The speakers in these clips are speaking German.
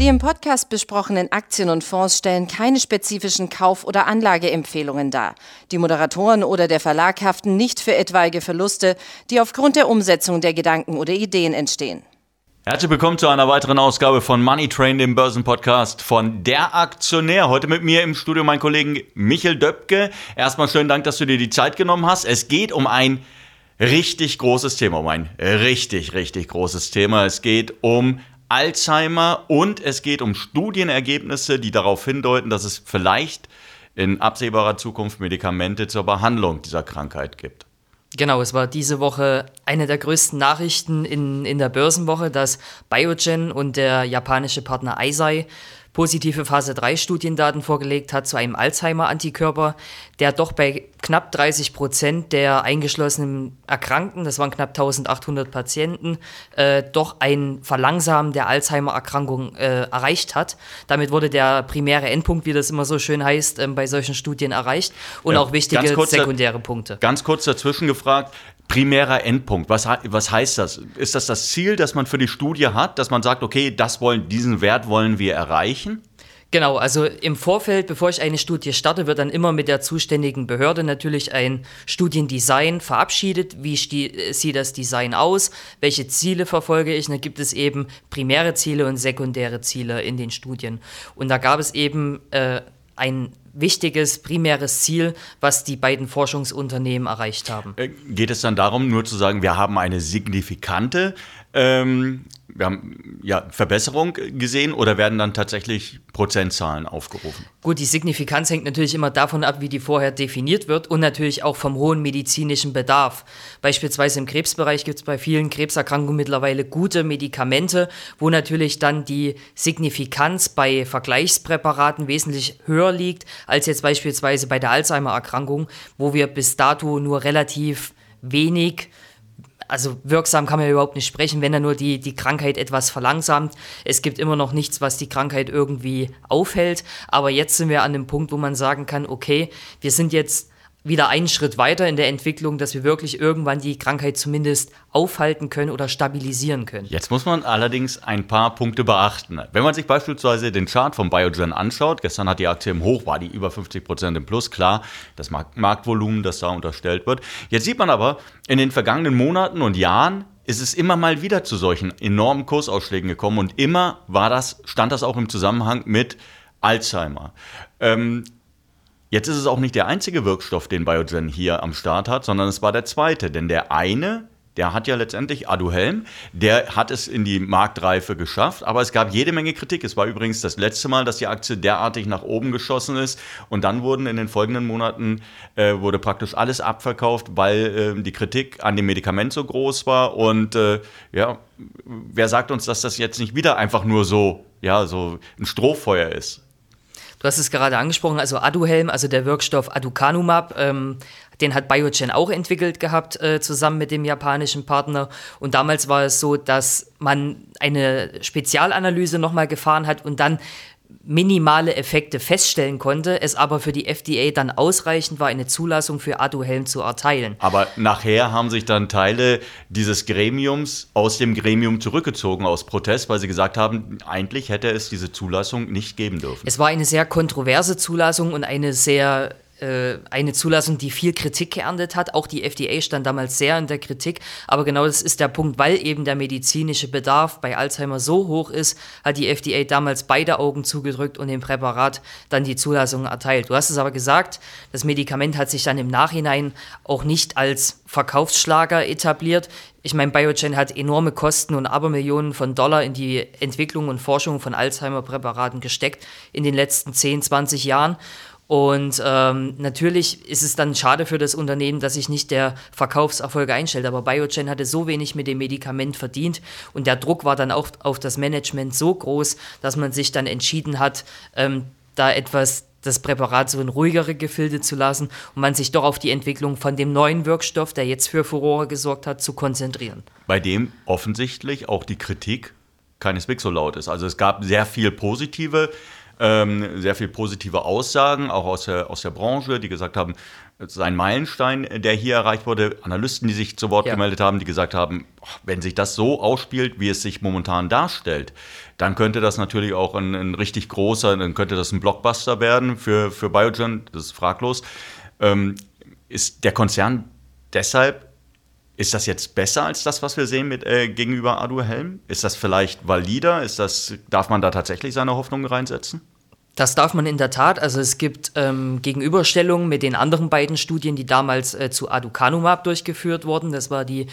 Die im Podcast besprochenen Aktien und Fonds stellen keine spezifischen Kauf- oder Anlageempfehlungen dar. Die Moderatoren oder der Verlag haften nicht für etwaige Verluste, die aufgrund der Umsetzung der Gedanken oder Ideen entstehen. Herzlich willkommen zu einer weiteren Ausgabe von Money Train, dem Börsenpodcast von Der Aktionär. Heute mit mir im Studio mein Kollegen Michel Döpke. Erstmal schönen Dank, dass du dir die Zeit genommen hast. Es geht um ein richtig großes Thema, richtig großes Thema. Es geht um Alzheimer und es geht um Studienergebnisse, die darauf hindeuten, dass es vielleicht in absehbarer Zukunft Medikamente zur Behandlung dieser Krankheit gibt. Genau, es war diese Woche eine der größten Nachrichten in der Börsenwoche, dass Biogen und der japanische Partner Eisai positive Phase-3-Studiendaten vorgelegt hat zu einem Alzheimer-Antikörper, der doch bei knapp 30% der eingeschlossenen Erkrankten, das waren knapp 1800 Patienten, doch ein Verlangsamen der Alzheimer-Erkrankung erreicht hat. Damit wurde der primäre Endpunkt, wie das immer so schön heißt, bei solchen Studien erreicht und auch wichtige sekundäre Punkte. Ganz kurz dazwischen gefragt, primärer Endpunkt, was heißt das? Ist das das Ziel, das man für die Studie hat, dass man sagt, okay, diesen Wert wollen wir erreichen? Genau, also im Vorfeld, bevor ich eine Studie starte, wird dann immer mit der zuständigen Behörde natürlich ein Studiendesign verabschiedet. Wie sieht das Design aus? Welche Ziele verfolge ich? Und dann gibt es eben primäre Ziele und sekundäre Ziele in den Studien. Und da gab es eben ein wichtiges, primäres Ziel, was die beiden Forschungsunternehmen erreicht haben. Geht es dann darum, nur zu sagen, wir haben eine signifikante Verbesserung gesehen oder werden dann tatsächlich Prozentzahlen aufgerufen? Gut, die Signifikanz hängt natürlich immer davon ab, wie die vorher definiert wird und natürlich auch vom hohen medizinischen Bedarf. Beispielsweise im Krebsbereich gibt es bei vielen Krebserkrankungen mittlerweile gute Medikamente, wo natürlich dann die Signifikanz bei Vergleichspräparaten wesentlich höher liegt, als jetzt beispielsweise bei der Alzheimer-Erkrankung, wo wir bis dato nur relativ wenig, also wirksam kann man ja überhaupt nicht sprechen, wenn er nur die Krankheit etwas verlangsamt. Es gibt immer noch nichts, was die Krankheit irgendwie aufhält. Aber jetzt sind wir an dem Punkt, wo man sagen kann, okay, wir sind jetzt wieder einen Schritt weiter in der Entwicklung, dass wir wirklich irgendwann die Krankheit zumindest aufhalten können oder stabilisieren können. Jetzt muss man allerdings ein paar Punkte beachten. Wenn man sich beispielsweise den Chart von Biogen anschaut, gestern hat die Aktie im Hoch, war die über 50% im Plus, klar, das Marktvolumen, das da unterstellt wird. Jetzt sieht man aber, in den vergangenen Monaten und Jahren ist es immer mal wieder zu solchen enormen Kursausschlägen gekommen und immer stand das auch im Zusammenhang mit Alzheimer. Jetzt ist es auch nicht der einzige Wirkstoff, den Biogen hier am Start hat, sondern es war der zweite. Denn der hat ja letztendlich Aduhelm, der hat es in die Marktreife geschafft, aber es gab jede Menge Kritik. Es war übrigens das letzte Mal, dass die Aktie derartig nach oben geschossen ist und dann wurden in den folgenden Monaten wurde praktisch alles abverkauft, weil die Kritik an dem Medikament so groß war und wer sagt uns, dass das jetzt nicht wieder einfach nur so ein Strohfeuer ist? Du hast es gerade angesprochen, also Aduhelm, also der Wirkstoff Aducanumab, den hat Biogen auch entwickelt gehabt, zusammen mit dem japanischen Partner. Und damals war es so, dass man eine Spezialanalyse nochmal gefahren hat und dann minimale Effekte feststellen konnte, es aber für die FDA dann ausreichend war, eine Zulassung für Aduhelm zu erteilen. Aber nachher haben sich dann Teile dieses Gremiums aus dem Gremium zurückgezogen aus Protest, weil sie gesagt haben, eigentlich hätte es diese Zulassung nicht geben dürfen. Es war eine sehr kontroverse Zulassung und eine Zulassung, die viel Kritik geerntet hat. Auch die FDA stand damals sehr in der Kritik. Aber genau das ist der Punkt, weil eben der medizinische Bedarf bei Alzheimer so hoch ist, hat die FDA damals beide Augen zugedrückt und dem Präparat dann die Zulassung erteilt. Du hast es aber gesagt, das Medikament hat sich dann im Nachhinein auch nicht als Verkaufsschlager etabliert. Ich meine, Biogen hat enorme Kosten und Abermillionen von Dollar in die Entwicklung und Forschung von Alzheimer-Präparaten gesteckt in den letzten 10, 20 Jahren. Und natürlich ist es dann schade für das Unternehmen, dass sich nicht der Verkaufserfolg einstellt. Aber Biogen hatte so wenig mit dem Medikament verdient und der Druck war dann auch auf das Management so groß, dass man sich dann entschieden hat, das Präparat so in ruhigere Gefilde zu lassen und man sich doch auf die Entwicklung von dem neuen Wirkstoff, der jetzt für Furore gesorgt hat, zu konzentrieren. Bei dem offensichtlich auch die Kritik keineswegs so laut ist. Also es gab sehr viel positive sehr viel positive Aussagen, auch aus der Branche, die gesagt haben, es ist ein Meilenstein, der hier erreicht wurde. Analysten, die sich zu Wort gemeldet haben, die gesagt haben, wenn sich das so ausspielt, wie es sich momentan darstellt, dann könnte das natürlich auch ein richtig großer, dann könnte das ein Blockbuster werden für Biogen, das ist fraglos. Ist der Konzern deshalb, ist das jetzt besser als das, was wir sehen gegenüber Aduhelm? Ist das vielleicht valider? Darf man da tatsächlich seine Hoffnungen reinsetzen? Das darf man in der Tat. Also es gibt Gegenüberstellungen mit den anderen beiden Studien, die damals zu Aducanumab durchgeführt wurden. Das war die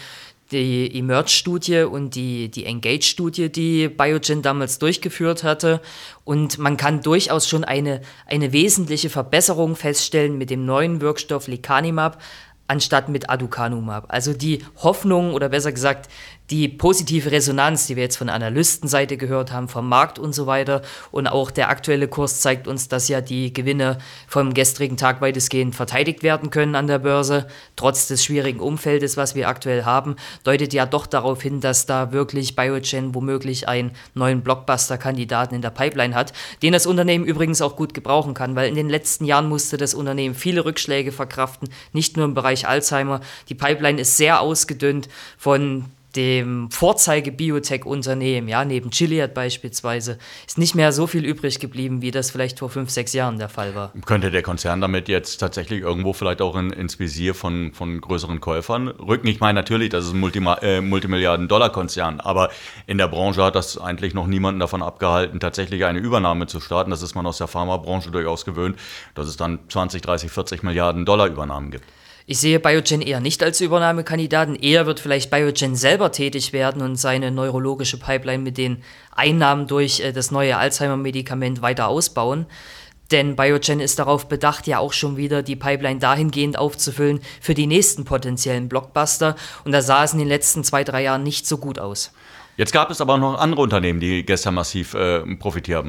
Emerge-Studie und die Engage-Studie, die Biogen damals durchgeführt hatte. Und man kann durchaus schon eine wesentliche Verbesserung feststellen mit dem neuen Wirkstoff Lecanemab anstatt mit Aducanumab. Also die Hoffnung oder besser gesagt die positive Resonanz, die wir jetzt von Analystenseite gehört haben, vom Markt und so weiter und auch der aktuelle Kurs zeigt uns, dass ja die Gewinne vom gestrigen Tag weitestgehend verteidigt werden können an der Börse, trotz des schwierigen Umfeldes, was wir aktuell haben, deutet ja doch darauf hin, dass da wirklich Biogen womöglich einen neuen Blockbuster-Kandidaten in der Pipeline hat, den das Unternehmen übrigens auch gut gebrauchen kann, weil in den letzten Jahren musste das Unternehmen viele Rückschläge verkraften, nicht nur im Bereich Alzheimer. Die Pipeline ist sehr ausgedünnt von dem Vorzeige-Biotech-Unternehmen, ja, neben Gilead beispielsweise, ist nicht mehr so viel übrig geblieben, wie das vielleicht vor 5-6 Jahren der Fall war. Könnte der Konzern damit jetzt tatsächlich irgendwo vielleicht auch ins Visier von größeren Käufern rücken? Ich meine natürlich, das ist ein Multimilliarden-Dollar-Konzern, aber in der Branche hat das eigentlich noch niemanden davon abgehalten, tatsächlich eine Übernahme zu starten. Das ist man aus der Pharmabranche durchaus gewöhnt, dass es dann 20, 30, 40 Milliarden Dollar Übernahmen gibt. Ich sehe Biogen eher nicht als Übernahmekandidaten. Eher wird vielleicht Biogen selber tätig werden und seine neurologische Pipeline mit den Einnahmen durch das neue Alzheimer-Medikament weiter ausbauen. Denn Biogen ist darauf bedacht, ja auch schon wieder die Pipeline dahingehend aufzufüllen für die nächsten potenziellen Blockbuster. Und da sah es in den letzten 2-3 Jahren nicht so gut aus. Jetzt gab es aber noch andere Unternehmen, die gestern massiv profitiert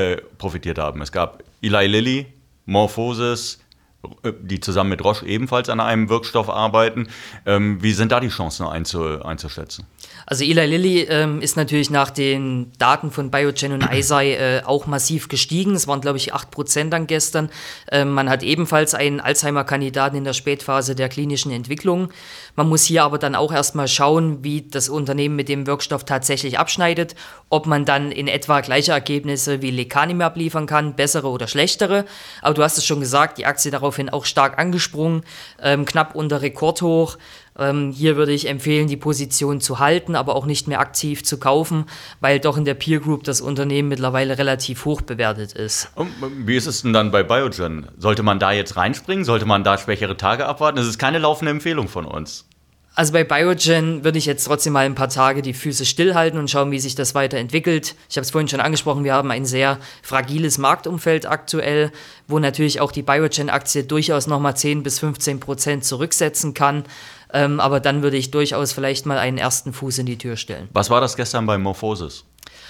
haben. Es gab Eli Lilly, MorphoSys, die zusammen mit Roche ebenfalls an einem Wirkstoff arbeiten. Wie sind da die Chancen einzuschätzen? Also Eli Lilly ist natürlich nach den Daten von Biogen und Eisai auch massiv gestiegen. Es waren, glaube ich, 8% dann gestern. Man hat ebenfalls einen Alzheimer-Kandidaten in der Spätphase der klinischen Entwicklung. Man muss hier aber dann auch erstmal schauen, wie das Unternehmen mit dem Wirkstoff tatsächlich abschneidet, ob man dann in etwa gleiche Ergebnisse wie Lecanemab liefern kann, bessere oder schlechtere. Aber du hast es schon gesagt, die Aktie daraufhin auch stark angesprungen, knapp unter Rekordhoch. Hier würde ich empfehlen, die Position zu halten, aber auch nicht mehr aktiv zu kaufen, weil doch in der Peer Group das Unternehmen mittlerweile relativ hoch bewertet ist. Und wie ist es denn dann bei Biogen? Sollte man da jetzt reinspringen? Sollte man da schwächere Tage abwarten? Das ist keine laufende Empfehlung von uns. Also bei Biogen würde ich jetzt trotzdem mal ein paar Tage die Füße stillhalten und schauen, wie sich das weiterentwickelt. Ich habe es vorhin schon angesprochen, wir haben ein sehr fragiles Marktumfeld aktuell, wo natürlich auch die Biogen-Aktie durchaus nochmal 10-15% zurücksetzen kann. Aber dann würde ich durchaus vielleicht mal einen ersten Fuß in die Tür stellen. Was war das gestern bei MorphoSys?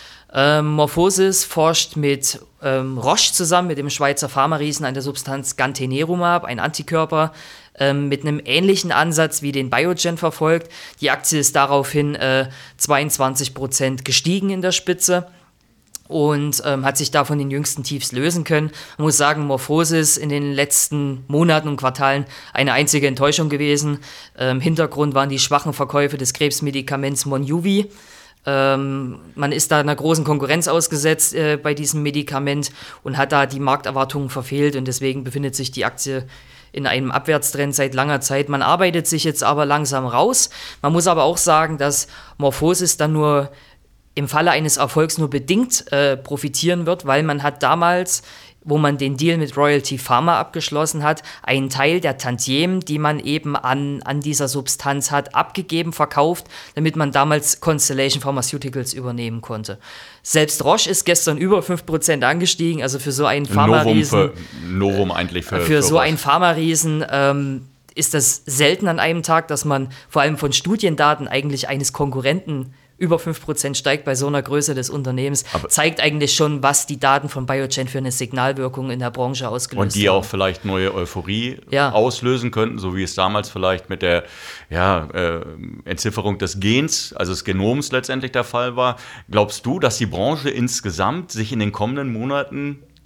MorphoSys forscht mit Roche zusammen, mit dem Schweizer Pharma-Riesen an der Substanz Gantenerumab, ein Antikörper, mit einem ähnlichen Ansatz wie den Biogen verfolgt. Die Aktie ist daraufhin 22% gestiegen in der Spitze und hat sich davon den jüngsten Tiefs lösen können. Man muss sagen, MorphoSys in den letzten Monaten und Quartalen eine einzige Enttäuschung gewesen. Hintergrund waren die schwachen Verkäufe des Krebsmedikaments Monjuvi. Man ist da einer großen Konkurrenz ausgesetzt bei diesem Medikament und hat da die Markterwartungen verfehlt und deswegen befindet sich die Aktie in einem Abwärtstrend seit langer Zeit. Man arbeitet sich jetzt aber langsam raus. Man muss aber auch sagen, dass MorphoSys dann nur im Falle eines Erfolgs nur bedingt profitieren wird, weil man hat damals, wo man den Deal mit Royalty Pharma abgeschlossen hat, einen Teil der Tantiemen, die man eben an dieser Substanz hat, abgegeben, verkauft, damit man damals Constellation Pharmaceuticals übernehmen konnte. Selbst Roche ist gestern über 5% angestiegen, also für so einen Pharma-Riesen. Novum eigentlich für so Roche. einen Pharma-Riesen ist das selten an einem Tag, dass man vor allem von Studiendaten eigentlich eines Konkurrenten über 5% steigt bei so einer Größe des Unternehmens, aber zeigt eigentlich schon, was die Daten von Biogen für eine Signalwirkung in der Branche ausgelöst haben. Und die auch vielleicht neue Euphorie auslösen könnten, so wie es damals vielleicht mit der Entzifferung des Gens, also des Genoms letztendlich der Fall war. Glaubst du, dass die Branche insgesamt sich in den kommenden Monaten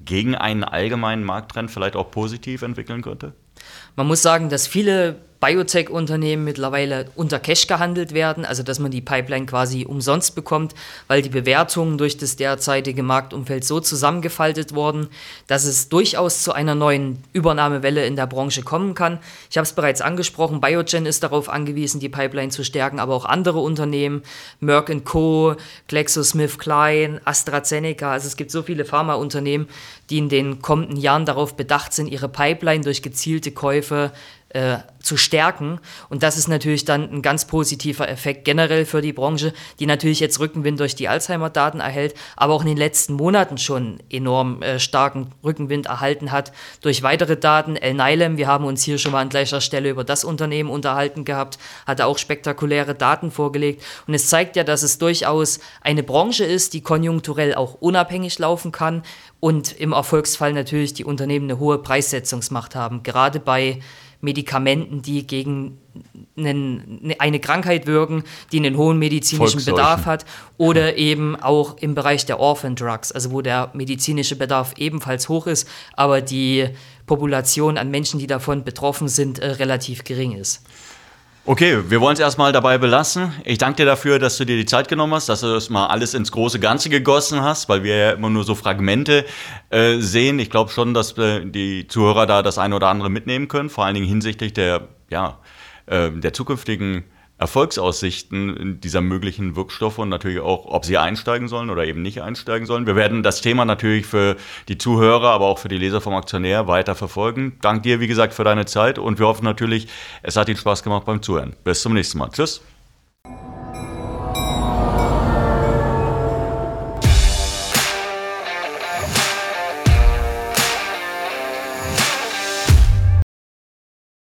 gegen einen allgemeinen Markttrend vielleicht auch positiv entwickeln könnte? Man muss sagen, dass viele Biotech-Unternehmen mittlerweile unter Cash gehandelt werden, also dass man die Pipeline quasi umsonst bekommt, weil die Bewertungen durch das derzeitige Marktumfeld so zusammengefaltet wurden, dass es durchaus zu einer neuen Übernahmewelle in der Branche kommen kann. Ich habe es bereits angesprochen, Biogen ist darauf angewiesen, die Pipeline zu stärken, aber auch andere Unternehmen, Merck & Co., GlaxoSmithKline, AstraZeneca, also es gibt so viele Pharmaunternehmen, die in den kommenden Jahren darauf bedacht sind, ihre Pipeline durch gezielte Käufe zu stärken. Und das ist natürlich dann ein ganz positiver Effekt generell für die Branche, die natürlich jetzt Rückenwind durch die Alzheimer-Daten erhält, aber auch in den letzten Monaten schon enorm starken Rückenwind erhalten hat durch weitere Daten. Alnylam, wir haben uns hier schon mal an gleicher Stelle über das Unternehmen unterhalten gehabt, hatte auch spektakuläre Daten vorgelegt. Und es zeigt ja, dass es durchaus eine Branche ist, die konjunkturell auch unabhängig laufen kann und im Erfolgsfall natürlich die Unternehmen eine hohe Preissetzungsmacht haben, gerade bei Medikamenten, die gegen eine Krankheit wirken, die einen hohen medizinischen Bedarf hat, oder eben auch im Bereich der Orphan Drugs, also wo der medizinische Bedarf ebenfalls hoch ist, aber die Population an Menschen, die davon betroffen sind, relativ gering ist. Okay, wir wollen es erstmal dabei belassen. Ich danke dir dafür, dass du dir die Zeit genommen hast, dass du das mal alles ins große Ganze gegossen hast, weil wir ja immer nur so Fragmente sehen. Ich glaube schon, dass die Zuhörer da das eine oder andere mitnehmen können, vor allen Dingen hinsichtlich der zukünftigen Erfolgsaussichten dieser möglichen Wirkstoffe und natürlich auch, ob sie einsteigen sollen oder eben nicht einsteigen sollen. Wir werden das Thema natürlich für die Zuhörer, aber auch für die Leser vom Aktionär weiter verfolgen. Dank dir, wie gesagt, für deine Zeit und wir hoffen natürlich, es hat Ihnen Spaß gemacht beim Zuhören. Bis zum nächsten Mal. Tschüss.